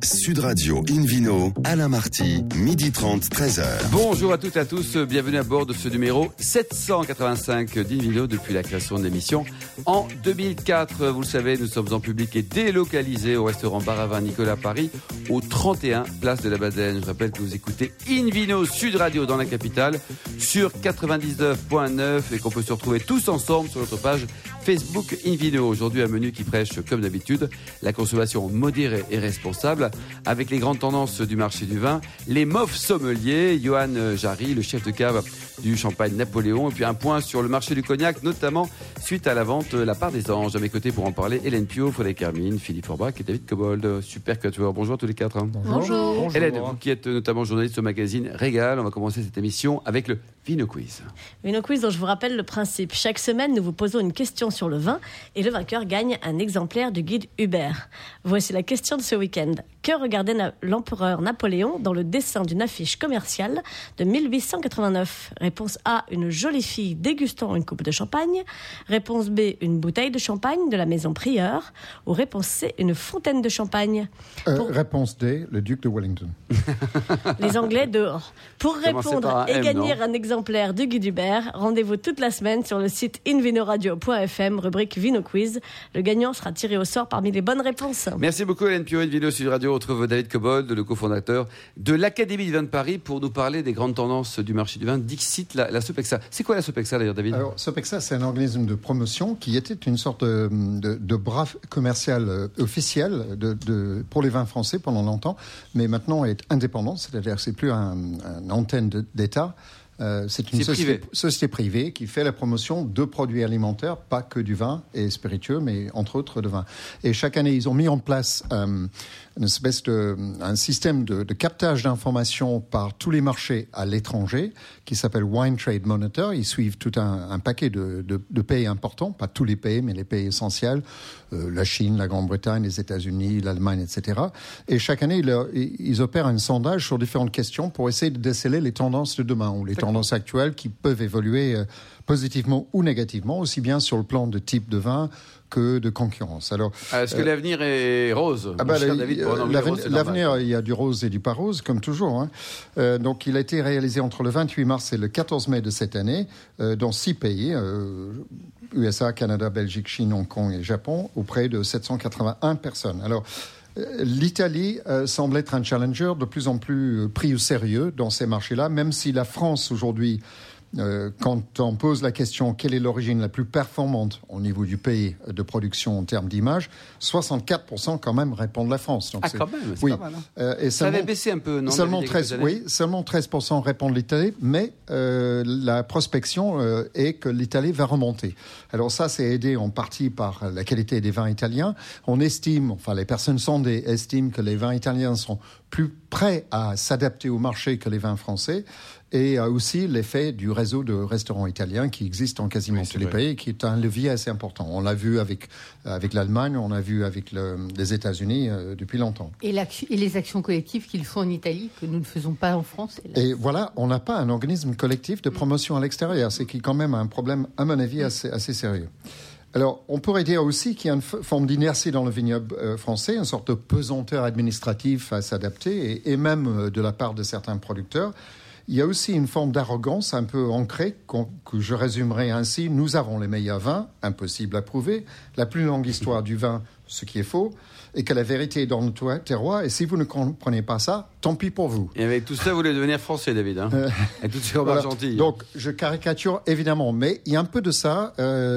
Sud Radio Invino, Alain Marty, 12h30, 13h. Bonjour à toutes et à tous, bienvenue à bord de ce numéro 785 d'Invino depuis la création de l'émission en 2004. Vous le savez, nous sommes en public et délocalisés au restaurant Bar à Vin Nicolas Paris, au 31 place de la Bazaine. Je rappelle que vous écoutez Invino Sud Radio dans la capitale sur 99.9 et qu'on peut se retrouver tous ensemble sur notre page Facebook Invino. Aujourd'hui, un menu qui prêche, comme d'habitude, la consommation modérée et responsable avec les grandes tendances du marché du vin, les MOF sommeliers, Johan Jarry, le chef de cave du champagne Napoléon, et puis un point sur le marché du cognac, notamment suite à la vente La Part des Anges. À mes côtés pour en parler, Hélène Pio, Frédéric Hermine, Philippe Forbach et David Cobold, super quatuor. Bonjour à tous les quatre. Bonjour. Hélène, vous qui êtes notamment journaliste au magazine Régal, on va commencer cette émission avec le Vino Quiz. Vino Quiz dont je vous rappelle le principe. Chaque semaine, nous vous posons une question sur le vin et le vainqueur gagne un exemplaire du guide Hubert. Voici la question de ce week-end. Que regardait l'empereur Napoléon dans le dessin d'une affiche commerciale de 1889 ? Réponse A, une jolie fille dégustant une coupe de champagne. Réponse B, une bouteille de champagne de la maison Prieur. Ou réponse C, une fontaine de champagne. Réponse D, le duc de Wellington. Les Anglais dehors. Pour répondre et gagner un exemplaire du guide Hubert, rendez-vous toute la semaine sur le site invinoradio.fm, rubrique Vino Quiz. Le gagnant sera tiré au sort parmi les bonnes réponses. Merci beaucoup Hélène Pio. Invino Sud Radio retrouve David Cobold, le cofondateur de l'Académie du vin de Paris, pour nous parler des grandes tendances du marché du vin. Dixit, la Sopexa. C'est quoi la Sopexa d'ailleurs, David ? Alors, Sopexa, c'est un organisme de promotion qui était une sorte de bras commercial officiel pour les vins français pendant longtemps, mais maintenant est indépendant, c'est-à-dire que c'est plus une antenne d'État. C'est une société privée qui fait la promotion de produits alimentaires, pas que du vin et spiritueux, mais entre autres de vin. Et chaque année, ils ont mis en place un système de captage d'informations par tous les marchés à l'étranger qui s'appelle Wine Trade Monitor. Ils suivent tout un paquet de pays importants, pas tous les pays, mais les pays essentiels, la Chine, la Grande-Bretagne, les États-Unis, l'Allemagne, etc. Et chaque année, ils opèrent un sondage sur différentes questions pour essayer de déceler les tendances de demain ou les tendances actuelles qui peuvent évoluer positivement ou négativement, aussi bien sur le plan de type de vin que de concurrence. Alors, est-ce que l'avenir est rose ? L'avenir, il y a du rose et du pas rose, comme toujours. Donc, il a été réalisé entre le 28 mars et le 14 mai de cette année, dans 6 pays, USA, Canada, Belgique, Chine, Hong Kong et Japon, auprès de 781 personnes. Alors, l'Italie semble être un challenger de plus en plus pris au sérieux dans ces marchés-là, même si la France, aujourd'hui, quand on pose la question quelle est l'origine la plus performante au niveau du pays de production en termes d'image, 64% quand même répondent la France. Donc quand même, c'est oui. Pas mal. Et ça avait baissé un peu, non ? Seulement 13% répondent l'Italie, mais la prospection est que l'Italie va remonter. Alors ça, c'est aidé en partie par la qualité des vins italiens. On estime, enfin les personnes sondées estiment que les vins italiens sont plus prêts à s'adapter au marché que les vins français. Et aussi l'effet du réseau de restaurants italiens qui existe en quasiment tous les pays, qui est un levier assez important. On l'a vu avec l'Allemagne, on l'a vu avec les États-Unis depuis longtemps. Et les actions collectives qu'ils font en Italie, que nous ne faisons pas en France. Et voilà, on n'a pas un organisme collectif de promotion à l'extérieur, c'est qui est quand même un problème, à mon avis, assez sérieux. Alors, on pourrait dire aussi qu'il y a une forme d'inertie dans le vignoble français, une sorte de pesanteur administrative à s'adapter, et même de la part de certains producteurs. Il y a aussi une forme d'arrogance un peu ancrée que je résumerai ainsi. Nous avons les meilleurs vins, impossible à prouver, la plus longue histoire du vin, ce qui est faux, et que la vérité est dans notre terroir. Et si vous ne comprenez pas ça, tant pis pour vous. Et avec tout ça, vous voulez devenir français, David, avec toutes ces remarques gentilles. Donc, je caricature évidemment, mais il y a un peu de ça.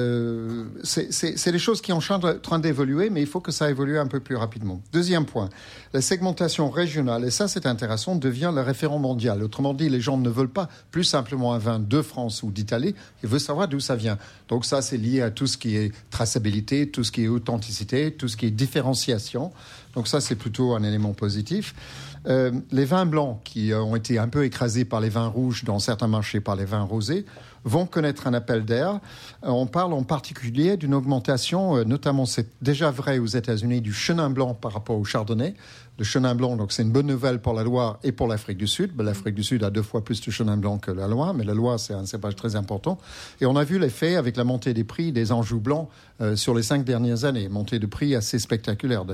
C'est des choses qui sont en train d'évoluer, mais il faut que ça évolue un peu plus rapidement. Deuxième point, la segmentation régionale, et ça c'est intéressant, devient le référent mondial. Autrement dit, les gens ne veulent pas plus simplement un vin de France ou d'Italie, ils veulent savoir d'où ça vient. Donc ça, c'est lié à tout ce qui est traçabilité, tout ce qui est authenticité, tout ce qui est différenciation. Donc ça, c'est plutôt un élément positif. Les vins blancs qui ont été un peu écrasés par les vins rouges dans certains marchés par les vins rosés vont connaître un appel d'air. On parle en particulier d'une augmentation, notamment c'est déjà vrai aux États-Unis, du chenin blanc par rapport au chardonnay. Le chenin blanc, donc c'est une bonne nouvelle pour la Loire et pour l'Afrique du Sud. L'Afrique du Sud a 2 fois plus de chenin blanc que la Loire, mais la Loire, c'est un cépage très important. Et on a vu l'effet avec la montée des prix des Anjou blancs sur les 5 dernières années. Montée de prix assez spectaculaire d'ailleurs.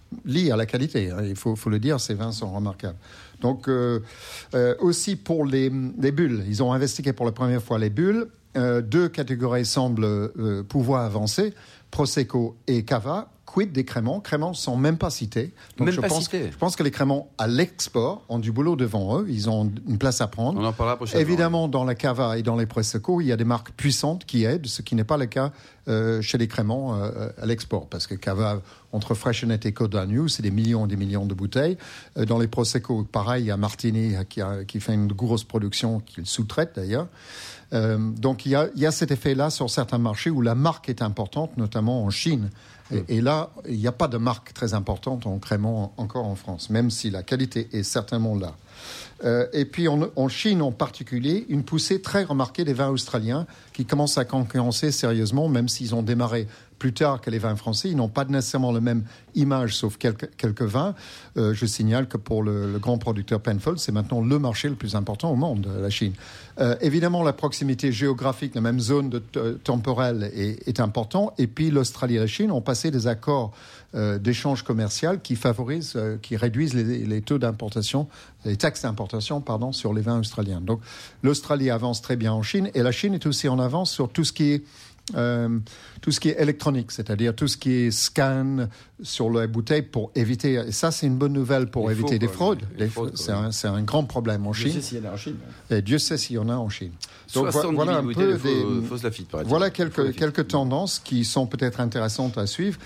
lié à la qualité. Hein. Il faut le dire, ces vins sont remarquables. Donc, aussi pour les bulles, ils ont investigué pour la première fois les bulles. 2 catégories semblent pouvoir avancer, Prosecco et Cava. Quid des créments? Créments ne sont même pas cités. Donc je pense que les créments à l'export ont du boulot devant eux. Ils ont une place à prendre. On en parlera prochainement. Évidemment, dans la Cava et dans les Prosecco, il y a des marques puissantes qui aident, ce qui n'est pas le cas chez les créments à l'export. Parce que Cava, entre Freixenet et Côte d'Agneau, c'est des millions et des millions de bouteilles. Dans les Prosecco, pareil, il y a Martini qui fait une grosse production, qu'il sous-traite d'ailleurs. Donc il y a cet effet-là sur certains marchés où la marque est importante, notamment en Chine. Et là, il n'y a pas de marque très importante en crémant encore en France, même si la qualité est certainement là. Et puis en Chine en particulier, une poussée très remarquée des vins australiens qui commencent à concurrencer sérieusement, même s'ils ont démarré plus tard que les vins français. Ils n'ont pas nécessairement la même image, sauf quelques vins. Je signale que pour le grand producteur Penfolds, c'est maintenant le marché le plus important au monde, la Chine. Évidemment, la proximité géographique, la même zone temporelle est important. Et puis l'Australie et la Chine ont passé des accords d'échange commercial qui favorisent, qui réduisent les taux d'importation, les taxes d'importation, sur les vins australiens. Donc l'Australie avance très bien en Chine et la Chine est aussi en avance sur tout ce qui est électronique, c'est-à-dire tout ce qui est scan sur la bouteille pour éviter. Et ça, c'est une bonne nouvelle pour éviter des fraudes. C'est un grand problème en Chine. Dieu sait s'il y en a en Chine. Et Dieu sait s'il y en a en Chine. Donc voilà un peu voilà quelques tendances qui sont peut-être intéressantes à suivre.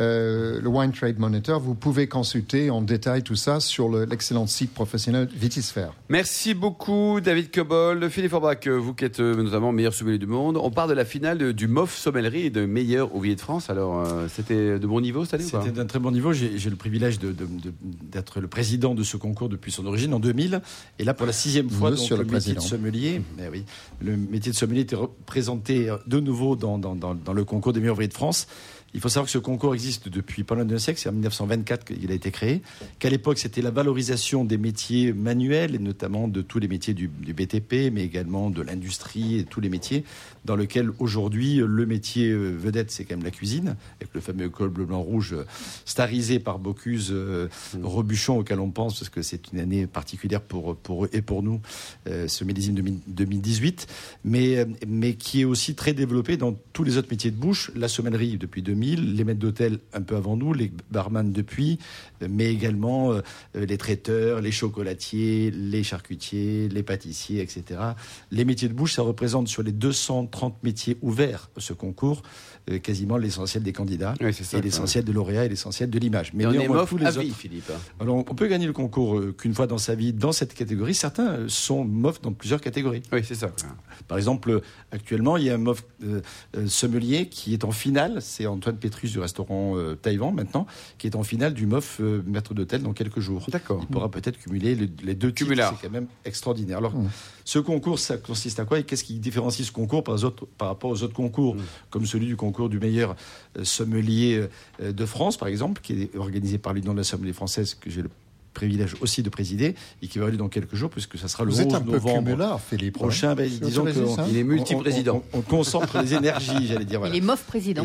Le Wine Trade Monitor, vous pouvez consulter en détail tout ça sur l'excellent site professionnel Vitisphère. Merci beaucoup David Cobol, Philippe Forbach, vous qui êtes notamment meilleur sommelier du monde. On parle de la finale du MOF Sommellerie et de meilleur ouvrier de France. Alors c'était de bon niveau cette année? C'était d'un très bon niveau. J'ai le privilège d'être le président de ce concours depuis son origine en 2000. Et là pour la 6e fois, donc, le métier de sommelier. Oui, le métier de sommelier était représenté de nouveau dans le concours des meilleurs ouvriers de France. Il faut savoir que ce concours existe depuis pas loin d'un siècle, c'est en 1924 qu'il a été créé, qu'à l'époque c'était la valorisation des métiers manuels et notamment de tous les métiers du BTP, mais également de l'industrie et tous les métiers dans lesquels aujourd'hui le métier vedette c'est quand même la cuisine, avec le fameux col bleu blanc rouge starisé par Bocuse, Robuchon auquel on pense parce que c'est une année particulière pour eux et pour nous, ce millésime 2018, mais qui est aussi très développé dans tous les autres métiers de bouche, la sommellerie depuis 2000, les maîtres d'hôtel un peu avant nous, les barman depuis, mais également les traiteurs, les chocolatiers, les charcutiers, les pâtissiers, etc. Les métiers de bouche, ça représente sur les 230 métiers ouverts ce concours, quasiment l'essentiel des candidats, oui, ça, et l'essentiel de lauréats et l'essentiel de l'image. Mais on est MOF à vie, Philippe. Alors, on peut gagner le concours qu'une fois dans sa vie dans cette catégorie. Certains sont MOF dans plusieurs catégories. Oui, c'est ça. Par exemple, actuellement, il y a un MOF sommelier qui est en finale. C'est Antoine Pétrus du restaurant Taïwan maintenant, qui est en finale du MOF maître d'hôtel dans quelques jours. D'accord. Il pourra peut-être cumuler les deux titres. C'est quand même extraordinaire. Alors, ce concours, ça consiste à quoi et qu'est-ce qui différencie ce concours par rapport aux autres concours, comme celui du concours du meilleur sommelier de France, par exemple, qui est organisé par l'Union de la sommelier française, que j'ai le privilège aussi de présider et qui va aller dans quelques jours puisque ça sera le 11 novembre Philippe, prochain. Disons qu'il est multi-président. On concentre les énergies, j'allais dire. Voilà. Il est MOF président.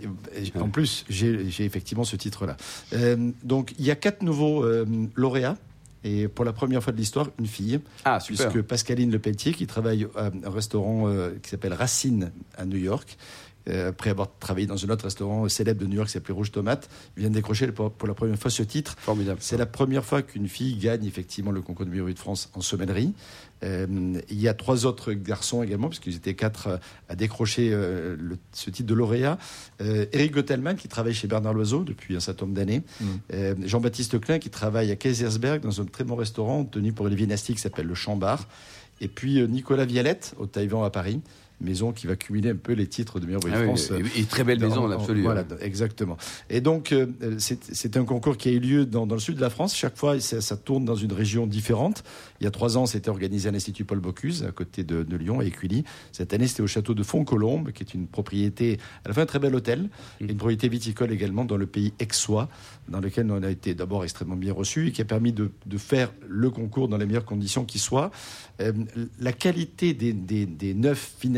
En plus, j'ai effectivement ce titre-là. Donc, il y a 4 nouveaux lauréats. Et pour la première fois de l'histoire, une fille. Ah, super. Puisque Pascaline Lepelletier, qui travaille à un restaurant qui s'appelle Racine à New York, après avoir travaillé dans un autre restaurant célèbre de New York qui s'appelait Rouge Tomate, vient de décrocher pour la première fois ce titre. Formidable. C'est la première fois qu'une fille gagne effectivement le concours de meilleur de France en sommellerie. Il y a 3 autres garçons également, puisqu'ils étaient 4 à décrocher ce titre de lauréat. Éric Gottelmann, qui travaille chez Bernard Loiseau depuis un certain nombre d'années. Jean-Baptiste Klein, qui travaille à Kaisersberg, dans un très bon restaurant tenu pour les Viennastiques, qui s'appelle le Chambard. Et puis Nicolas Vialette, au Taïwan à Paris. Maison qui va cumuler un peu les titres de meilleur ouvrier de France. Et très belle maison, absolument. Voilà, exactement. Et donc, c'est un concours qui a eu lieu dans le sud de la France. Chaque fois, ça tourne dans une région différente. Il y a 3 ans, c'était organisé à l'Institut Paul Bocuse, à côté de Lyon, à Écully. Cette année, c'était au château de Fontcolombe, qui est une propriété, à la fois un très bel hôtel, et une propriété viticole également dans le pays aixois, dans lequel on a été d'abord extrêmement bien reçus et qui a permis de faire le concours dans les meilleures conditions qui soient. La qualité des 9 finalistes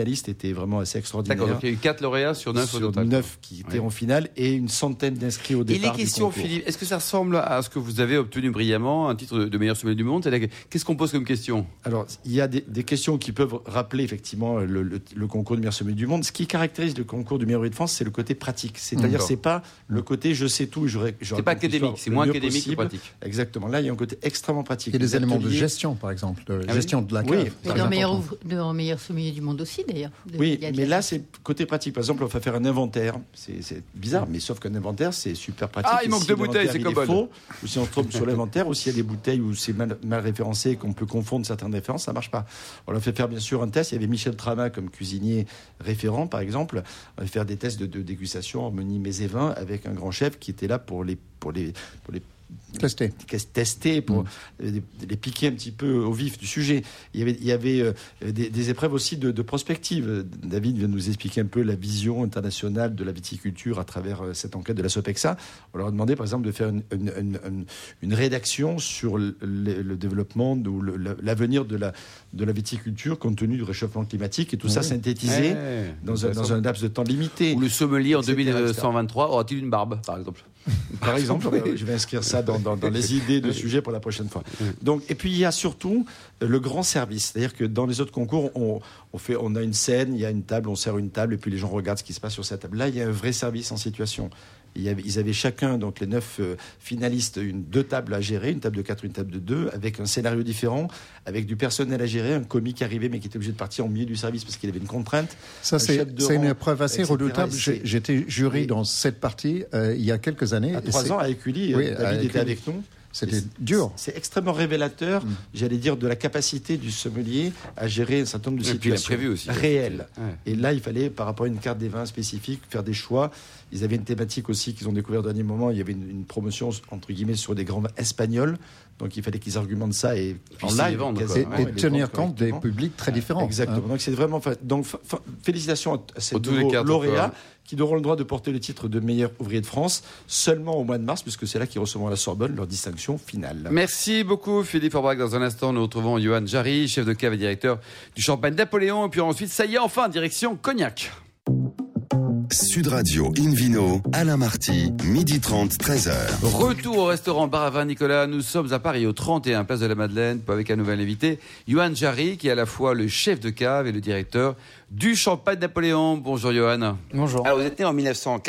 finalistes était vraiment assez extraordinaire. D'accord, donc il y a eu 4 lauréats sur 9 au total. 9 qui étaient en finale et une centaine d'inscrits au départ. Et les questions, Philippe, est-ce que ça ressemble à ce que vous avez obtenu brillamment, un titre de meilleur sommelier du monde? Qu'est-ce qu'on pose comme question? Alors, il y a des questions qui peuvent rappeler effectivement le concours du meilleur sommelier du monde. Ce qui caractérise le concours du meilleur ouvrier de France, c'est le côté pratique. C'est-à-dire, c'est pas le côté je sais tout. C'est pas académique, c'est moins académique que pratique. Exactement. Là, il y a un côté extrêmement pratique. Il y a des éléments de gestion, par exemple, gestion de la cave. Oui, dans meilleur sommelier du monde aussi, d'ailleurs. Oui, mais là, c'est côté pratique. Par exemple, on va faire un inventaire. C'est bizarre, mais sauf qu'un inventaire, c'est super pratique. Ah, il manque 2 bouteilles, c'est Cobol. Ou si on se trompe sur l'inventaire, ou s'il y a des bouteilles où c'est mal référencé, qu'on peut confondre certaines références, ça marche pas. On a fait faire bien sûr un test. Il y avait Michel Trama comme cuisinier référent, par exemple. On va faire des tests de dégustation, harmonie, mets et vins, avec un grand chef qui était là pour les tester pour les piquer un petit peu au vif du sujet. Il y avait des épreuves aussi de prospective. David vient nous expliquer un peu la vision internationale de la viticulture à travers cette enquête de la Sopexa. On leur a demandé par exemple de faire une rédaction sur le développement ou l'avenir de la viticulture compte tenu du réchauffement climatique et tout ça synthétisé dans un laps de temps limité. Ou le sommelier en 2123 aura-t-il une barbe, par exemple? Par exemple, je vais inscrire ça dans les idées de sujets pour la prochaine fois. Donc, et puis il y a surtout le grand service, c'est-à-dire que dans les autres concours, on a une scène, il y a une table, on sert une table et puis les gens regardent ce qui se passe sur cette table. Là, il y a un vrai service en situation. Ils avaient chacun, donc les 9 finalistes, 2 tables à gérer, une table de 4, une table de 2, avec un scénario différent, avec du personnel à gérer, un commis qui arrivait mais qui était obligé de partir au milieu du service parce qu'il avait une contrainte. Ça, c'est une épreuve assez redoutable. J'étais jury dans cette partie il y a quelques années. À 3 ans, à Écully, David était avec nous. C'était dur. C'est extrêmement révélateur, j'allais dire, de la capacité du sommelier à gérer un certain nombre de situations réelles. Et là, il fallait, par rapport à une carte des vins spécifique, faire des choix. Ils avaient une thématique aussi qu'ils ont découvert au dernier moment. Il y avait une promotion, entre guillemets, sur des grands vins espagnols. Donc, il fallait qu'ils argumentent ça et en live. Et tenir compte des publics très différents. Exactement. Donc, c'est vraiment... Donc, félicitations à ces nouveaux lauréats qui auront le droit de porter le titre de meilleur ouvrier de France seulement au mois de mars, puisque c'est là qu'ils recevront à la Sorbonne leur distinction finale. Merci beaucoup, Philippe Forbach. Dans un instant, nous retrouvons Johan Jarry, chef de cave et directeur du Champagne Napoléon. Et puis ensuite, ça y est, enfin, direction Cognac. Sud Radio Invino, Alain Marty, 12h30, 13h. Retour au restaurant Bar à Vin Nicolas. Nous sommes à Paris, au 31 Place de la Madeleine, avec un nouvel invité, Johan Jarry, qui est à la fois le chef de cave et le directeur du Champagne Napoléon. Bonjour Johan. Bonjour. Alors vous êtes né en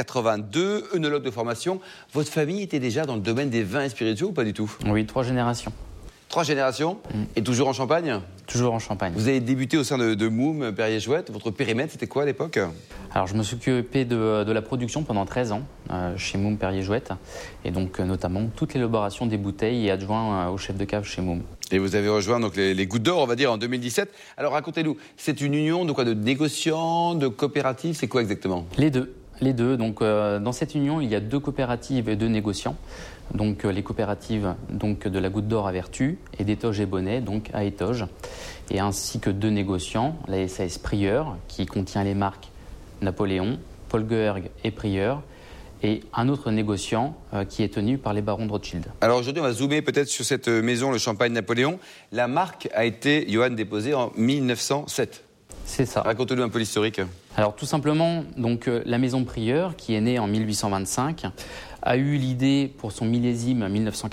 1982, œnologue de formation. Votre famille était déjà dans le domaine des vins et spiritueux ou pas du tout? Oui, 3 générations. 3 générations et toujours en Champagne? Toujours en Champagne. Vous avez débuté au sein de Moum, Perrier-Jouët. Votre périmètre, c'était quoi à l'époque? Alors, je me suis occupé de la production pendant 13 ans chez Moum, Perrier-Jouët. Et donc, notamment, toute l'élaboration des bouteilles et adjoint au chef de cave chez Moum. Et vous avez rejoint donc les Gouttes d'Or, on va dire, en 2017. Alors, racontez-nous, c'est une union de quoi? De négociants, de coopératives? C'est quoi exactement? Les deux. Donc, dans cette union, il y a 2 coopératives et 2 négociants. Donc, les coopératives donc, de la Goutte d'Or à Vertu et d'Étoges et Bonnet, donc à Étoges. Et ainsi que 2 négociants, la SAS Prieur, qui contient les marques Napoléon, Paul Goerg et Prieur, et un autre négociant qui est tenu par les barons de Rothschild. Alors aujourd'hui, on va zoomer peut-être sur cette maison, le Champagne Napoléon. La marque a été, Johan, déposée en 1907. C'est ça. Racontez-nous un peu l'historique. Alors tout simplement, donc, la maison Prieur, qui est née en 1825, a eu l'idée pour son millésime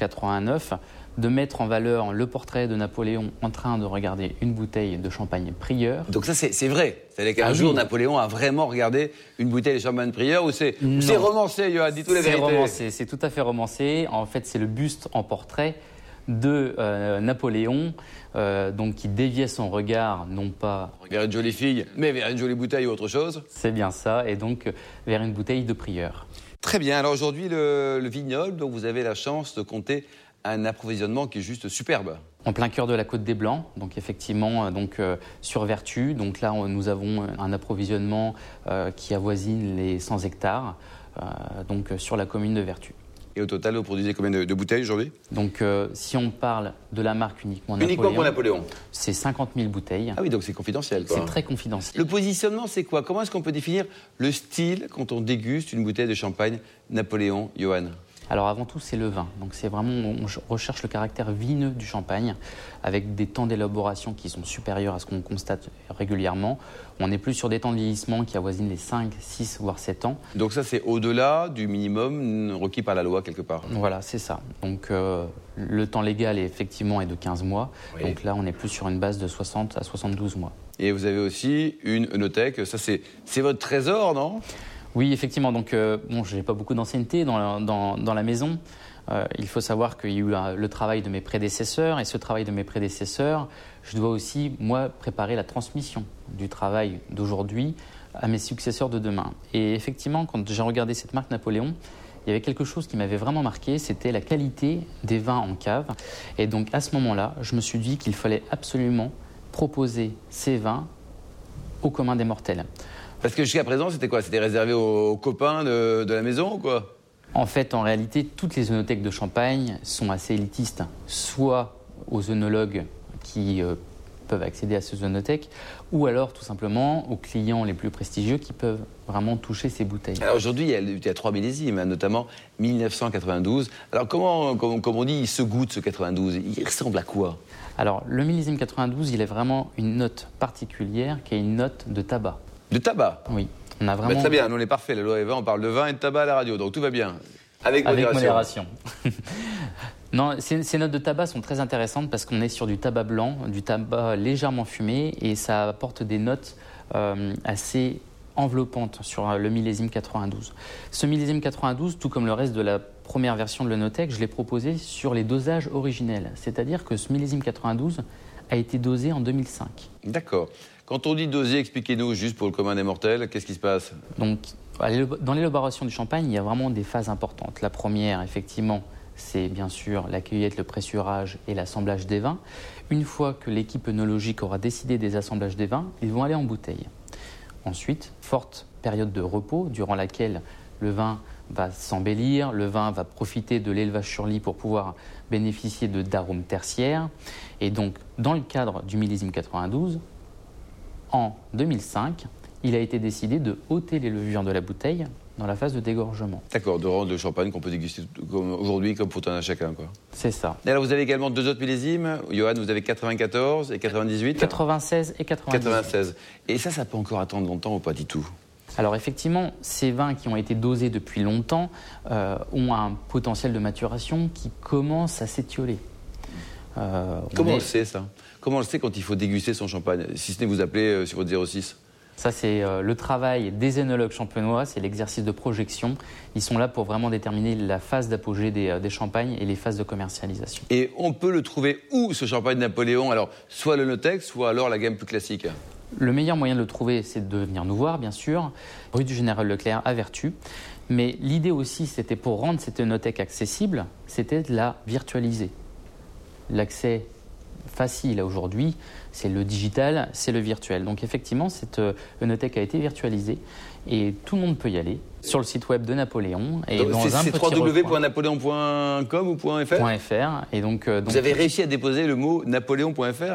1989 de mettre en valeur le portrait de Napoléon en train de regarder une bouteille de champagne Prieur. Donc ça, c'est vrai? C'est-à-dire qu'un jour, Napoléon a vraiment regardé une bouteille de champagne Prieur ou c'est romancé, Johan? Dis-nous la vérité. C'est romancé, c'est tout à fait romancé. En fait, c'est le buste en portrait de Napoléon, donc qui déviait son regard, non pas vers une jolie fille, mais vers une jolie bouteille ou autre chose. C'est bien ça, et donc vers une bouteille de Prieur. Très bien. Alors aujourd'hui, le vignoble, donc vous avez la chance de compter un approvisionnement qui est juste superbe. En plein cœur de la Côte des Blancs, donc effectivement sur Vertu. Donc là, nous avons un approvisionnement qui avoisine les 100 hectares, donc sur la commune de Vertu. Et au total, vous produisez combien de bouteilles aujourd'hui? Donc, si on parle de la marque uniquement pour Napoléon, c'est 50 000 bouteilles. Ah oui, donc c'est confidentiel, quoi. C'est très confidentiel. Le positionnement, c'est quoi? Comment est-ce qu'on peut définir le style quand on déguste une bouteille de champagne Napoléon, Johan? Alors avant tout, c'est le vin. Donc c'est vraiment, on recherche le caractère vineux du champagne avec des temps d'élaboration qui sont supérieurs à ce qu'on constate régulièrement. On est plus sur des temps de vieillissement qui avoisinent les 5, 6, voire 7 ans. Donc ça, c'est au-delà du minimum requis par la loi quelque part. Voilà, c'est ça. Donc le temps légal est de 15 mois. Oui. Donc là, on est plus sur une base de 60 à 72 mois. Et vous avez aussi une œnothèque. Ça, c'est votre trésor, non ? Oui, effectivement. Donc, je n'ai pas beaucoup d'ancienneté dans la maison. Il faut savoir qu'il y a eu le travail de mes prédécesseurs. Et ce travail de mes prédécesseurs, je dois aussi, moi, préparer la transmission du travail d'aujourd'hui à mes successeurs de demain. Et effectivement, quand j'ai regardé cette marque Napoléon, il y avait quelque chose qui m'avait vraiment marqué, c'était la qualité des vins en cave. Et donc, à ce moment-là, je me suis dit qu'il fallait absolument proposer ces vins au commun des mortels. Parce que jusqu'à présent, c'était quoi ? C'était réservé aux copains de la maison ou quoi ? En fait, en réalité, toutes les œnothèques de Champagne sont assez élitistes. Soit aux œnologues qui peuvent accéder à ces œnothèques, ou alors tout simplement aux clients les plus prestigieux qui peuvent vraiment toucher ces bouteilles. Alors aujourd'hui, il y a 3 millésimes, notamment 1992. Alors comment on dit, il se goûte ce 92 ? Il ressemble à quoi ? Alors le millésime 92, il a vraiment une note particulière qui est une note de tabac. De tabac ? Oui. On a vraiment... très bien, nous on est parfait, la loi est 20, on parle de vin et de tabac à la radio, donc tout va bien. Avec modération. Non, ces notes de tabac sont très intéressantes parce qu'on est sur du tabac blanc, du tabac légèrement fumé, et ça apporte des notes assez enveloppantes sur le millésime 92. Ce millésime 92, tout comme le reste de la première version de l'œnothèque, je l'ai proposé sur les dosages originels. C'est-à-dire que ce millésime 92 a été dosé en 2005. D'accord. Quand on dit doser, expliquez-nous juste pour le commun des mortels, qu'est-ce qui se passe ? Donc, dans l'élaboration du champagne, il y a vraiment des phases importantes. La première, effectivement, c'est bien sûr la cueillette, le pressurage et l'assemblage des vins. Une fois que l'équipe œnologique aura décidé des assemblages des vins, ils vont aller en bouteille. Ensuite, forte période de repos durant laquelle le vin va s'embellir, le vin va profiter de l'élevage sur lit pour pouvoir bénéficier d'arômes tertiaires. Et donc, dans le cadre du millésime 92, en 2005, il a été décidé de ôter les levures de la bouteille dans la phase de dégorgement. D'accord, de rendre le champagne qu'on peut déguster aujourd'hui comme pour tout un chacun, quoi. C'est ça. Et alors vous avez également 2 autres millésimes. Johan, vous avez 94 et 98 ? 96 et 98. 96. Et ça peut encore attendre longtemps ou pas du tout ? Alors effectivement, ces vins qui ont été dosés depuis longtemps ont un potentiel de maturation qui commence à s'étioler. Comment on le sait, ça ? Comment on le sait quand il faut déguster son champagne ? Si ce n'est vous appeler sur votre 06 ? Ça, c'est le travail des œnologues champenois, c'est l'exercice de projection. Ils sont là pour vraiment déterminer la phase d'apogée des champagnes et les phases de commercialisation. Et on peut le trouver où, ce champagne Napoléon ? Alors, soit l'œnothèque, soit alors la gamme plus classique ? Le meilleur moyen de le trouver, c'est de venir nous voir, bien sûr, rue du Général Leclerc à Vertus. Mais l'idée aussi, c'était pour rendre cette œnothèque accessible, c'était de la virtualiser. L'accès facile aujourd'hui, c'est le digital, c'est le virtuel. Donc effectivement, cette œnothèque a été virtualisée et tout le monde peut y aller sur le site web de Napoléon. Et donc, c'est www.napoléon.com ou .fr ? Et donc, vous avez réussi à déposer le mot napoléon.fr ?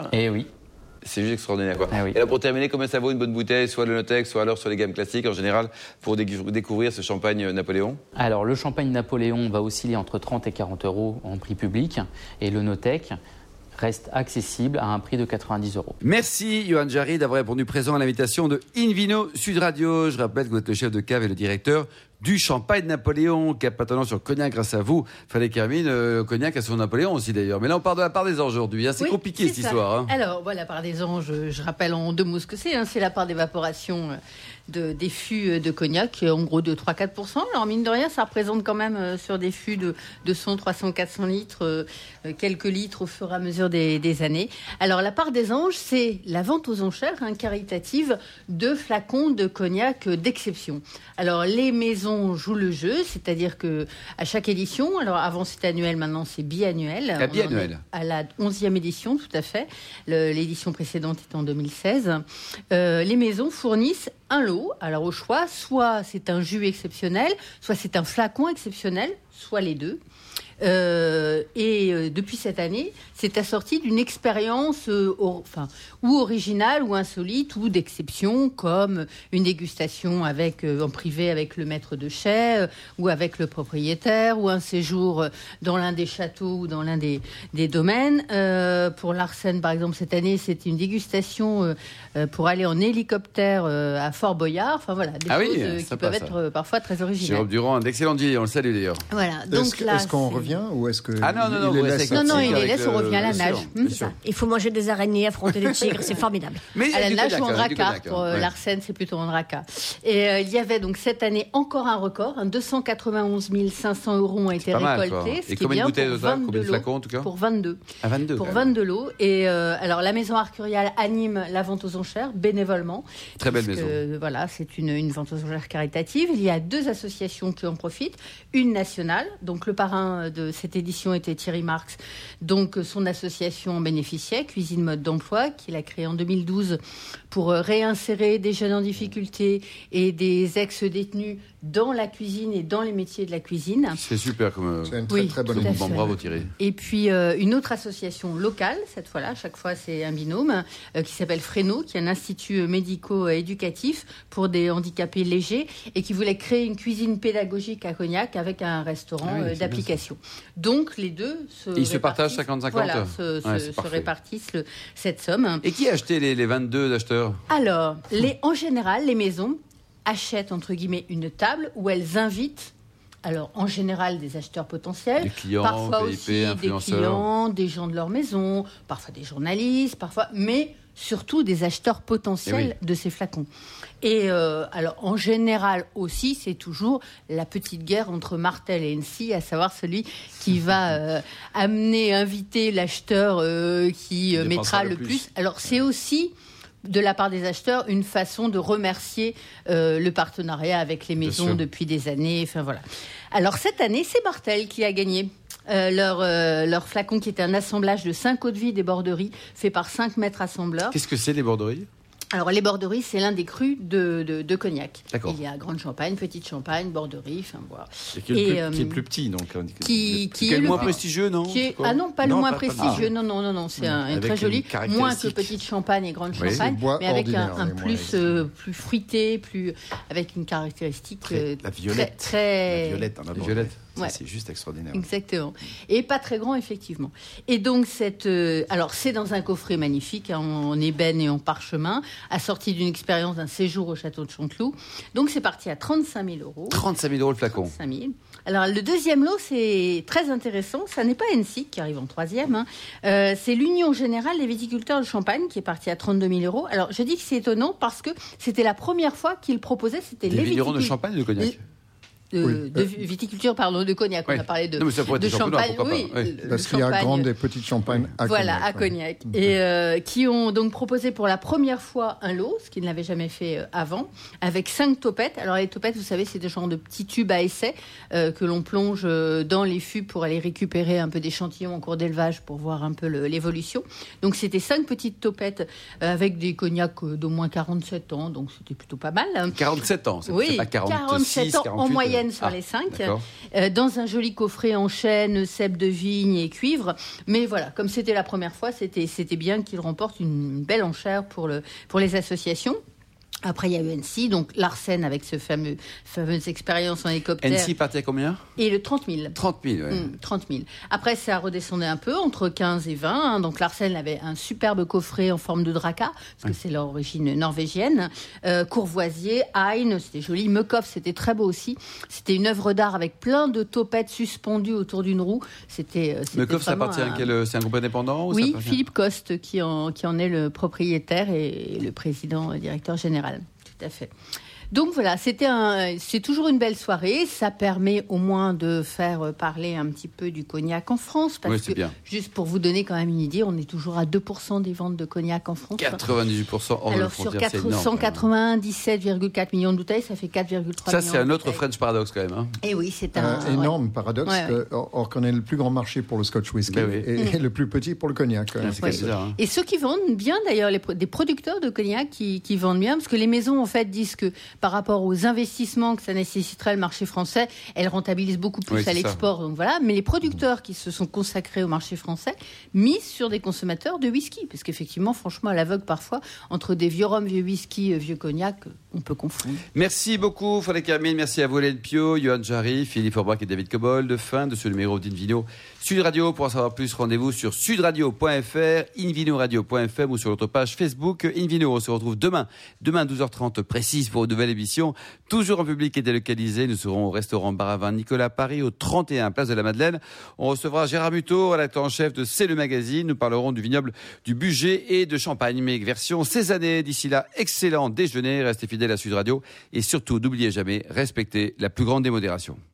Eh oui. C'est juste extraordinaire, quoi. Ah oui. Et là, pour terminer, combien ça vaut une bonne bouteille, soit l'œnothèque, soit alors sur les gammes classiques en général, pour découvrir ce champagne Napoléon ? Alors, le champagne Napoléon va osciller entre 30 et 40 euros en prix public, et l'œnothèque reste accessible à un prix de 90 euros. Merci Johan Jarry d'avoir répondu présent à l'invitation de Invino Sud Radio. Je rappelle que vous êtes le chef de cave et le directeur du champagne Napoléon, cap patonnant sur Cognac grâce à vous. Fallait Carmine, Cognac à son Napoléon aussi d'ailleurs. Mais là on part de la part des anges aujourd'hui, hein. C'est compliqué cette histoire. Hein. Alors voilà, la part des anges, je rappelle en 2 mots ce que c'est. Hein. C'est la part d'évaporation des fûts de cognac, en gros de 3-4%. Alors mine de rien, ça représente quand même sur des fûts de 200, 300, 400 litres, quelques litres au fur et à mesure des années. Alors la part des anges, c'est la vente aux enchères caritative de flacons de cognac d'exception. Alors les maisons jouent le jeu, c'est-à-dire que à chaque édition, alors avant c'était annuel, maintenant c'est biannuel. Biannuel. À la 11e édition, tout à fait. L'édition précédente était en 2016. Les maisons fournissent un lot, alors au choix, soit c'est un jus exceptionnel, soit c'est un flacon exceptionnel, soit les deux. Et depuis cette année, s'est assorti d'une expérience ou originale ou insolite ou d'exception, comme une dégustation en privé avec le maître de chai ou avec le propriétaire, ou un séjour dans l'un des châteaux ou dans l'un des domaines. Pour Larsen, par exemple, cette année, c'était une dégustation pour aller en hélicoptère à Fort Boyard. Enfin voilà, des choses qui peuvent être parfois très originales. Jérôme Durand, d'excellentes idées, on le salue d'ailleurs. Voilà. Donc est-ce qu'on revient ou est-ce que non, il les laisse, on revient à la nage. Il faut manger des araignées, affronter des tigres, c'est formidable. Mais à la nage ou en dracar, pour Larsen, c'est plutôt en dracar. Et il y avait donc cette année encore un record, 291 500 € ont été récoltés. Et combien de bouteilles total, combien de flacons en tout cas? Pour 22. À 22. Pour 22 lots. Et alors la maison Arcurial anime la vente aux enchères bénévolement. Très belle maison. Voilà, c'est une vente aux enchères caritative. Il y a 2 associations qui en profitent. Une nationale, donc le parrain de cette édition était Thierry Marx, donc son association en bénéficiait, Cuisine Mode d'Emploi, qu'il a créée en 2012 pour réinsérer des jeunes en difficulté et des ex-détenus dans la cuisine et dans les métiers de la cuisine. C'est super comme c'est une très bonne idée. Bravo Thierry. Et puis une autre association locale, cette fois-là, chaque fois c'est un binôme, qui s'appelle Fresno, qui est un institut médico-éducatif pour des handicapés légers et qui voulait créer une cuisine pédagogique à Cognac avec un restaurant d'application. Donc les deux se partagent 50-50. Voilà, se répartissent cette somme. Et qui a acheté les 22 acheteurs? Alors, en général, les maisons achètent, entre guillemets, une table où elles invitent, alors en général des acheteurs potentiels, des clients, parfois VIP, aussi des clients, des gens de leur maison, parfois des journalistes, mais surtout des acheteurs potentiels de ces flacons. Et alors en général aussi, c'est toujours la petite guerre entre Martell et Hennessy, à savoir celui qui va inviter l'acheteur qui mettra le plus. Alors c'est aussi de la part des acheteurs, une façon de remercier le partenariat avec les maisons depuis des années. Enfin voilà. Alors cette année, c'est Martell qui a gagné. Leur flacon qui était un assemblage de 5 eaux-de-vie des borderies fait par 5 maîtres assembleurs. Qu'est-ce que c'est les borderies ? Alors, les borderies, c'est l'un des crus de Cognac. D'accord. Il y a grande champagne, petite champagne, borderie, enfin voilà. Et qui est le plus petit, donc. Qui est le moins prestigieux, non ? Non, pas le moins prestigieux. Non. C'est un très joli. Moins que petite champagne et grande champagne, mais avec un plus fruité, avec une caractéristique la violette. Très... La violette, en abord. Ouais. C'est juste extraordinaire. Exactement. Et pas très grand, effectivement. Et donc, alors, c'est dans un coffret magnifique, en ébène et en parchemin, assorti d'une expérience d'un séjour au château de Chanteloup. Donc, c'est parti à 35 000 €. 35 000 € le flacon. 35 000. Alors, le deuxième lot, c'est très intéressant. Ça n'est pas Hennessy qui arrive en troisième. C'est l'Union Générale des Viticulteurs de Champagne qui est parti à 32 000 €. Alors, je dis que c'est étonnant parce que c'était la première fois qu'ils proposaient, c'était les vignerons de Champagne, de Cognac. De viticulture, pardon, de Cognac. On a parlé de Champagne. Parce qu'il y a grande et petite Champagne à Cognac. Voilà, à Cognac. Et qui ont donc proposé pour la première fois un lot, ce qu'ils n'avaient jamais fait avant, avec 5 topettes. Alors les topettes, vous savez, c'est des genres de petits tubes à essai que l'on plonge dans les fûts pour aller récupérer un peu d'échantillons en cours d'élevage pour voir un peu l'évolution. Donc c'était 5 petites topettes avec des cognacs d'au moins 47 ans, donc c'était plutôt pas mal. 47 ans, c'est pas 47 ans 48, en moyenne sur les 5, dans un joli coffret en chêne, cèpe de vigne et cuivre. Mais voilà, comme c'était la première fois, c'était bien qu'il remporte une belle enchère pour les associations. Après, il y a eu Hennessy, donc Larsen avec ce fameuse expérience en hélicoptère. Hennessy partait à combien ? Et le 30 000. 30 000, oui. 30 000. Après, ça redescendait un peu, entre 15 et 20. Donc Larsen avait un superbe coffret en forme de draca, parce que c'est leur origine norvégienne. Courvoisier, Hein, c'était joli. Meukhoff, c'était très beau aussi. C'était une œuvre d'art avec plein de topettes suspendues autour d'une roue. Meukhoff, ça appartient à c'est un groupe indépendant ou Oui, Philippe Coste, qui en est le propriétaire et le président, directeur général. Tout à fait. Donc voilà, c'est toujours une belle soirée. Ça permet au moins de faire parler un petit peu du cognac en France. Parce que, juste pour vous donner quand même une idée, on est toujours à 2% des ventes de cognac en France. 98% hors de frontières, c'est énorme. Alors sur 497,4 millions de bouteilles, ça fait 4,3 millions. Ça, c'est un autre French paradoxe quand même. Et oui, c'est un énorme paradoxe. Or qu'on est le plus grand marché pour le Scotch whisky et le plus petit pour le cognac. C'est bizarre. Et ceux qui vendent bien, d'ailleurs, des producteurs de cognac qui vendent bien, parce que les maisons en fait disent que par rapport aux investissements que ça nécessiterait le marché français, elle rentabilise beaucoup plus à l'export. Donc voilà. Mais les producteurs qui se sont consacrés au marché français misent sur des consommateurs de whisky. Parce qu'effectivement, franchement, à l'aveugle, parfois, entre des vieux rhum, vieux whisky, vieux cognac, on peut confondre. Merci beaucoup, Frédéric Hermine. Merci à vous, Hélène Pio, Johan Jarry, Philippe Aubrac et David Cobold. Fin de ce numéro d'Invino Sud Radio. Pour en savoir plus, rendez-vous sur sudradio.fr, invinoradio.fm ou sur notre page Facebook Invino. On se retrouve demain 12h30 précise pour une nouvelle émission. Toujours en public et délocalisé. Nous serons au restaurant Bar à Vin Nicolas Paris, au 31 Place de la Madeleine. On recevra Gérard Muto, rédacteur en chef de C'est le Magazine. Nous parlerons du vignoble du Bugey et de Champagne, mais version cézannée. D'ici là, excellent déjeuner. Restez fidèles à Sud Radio et surtout, n'oubliez jamais, respectez la plus grande démodération.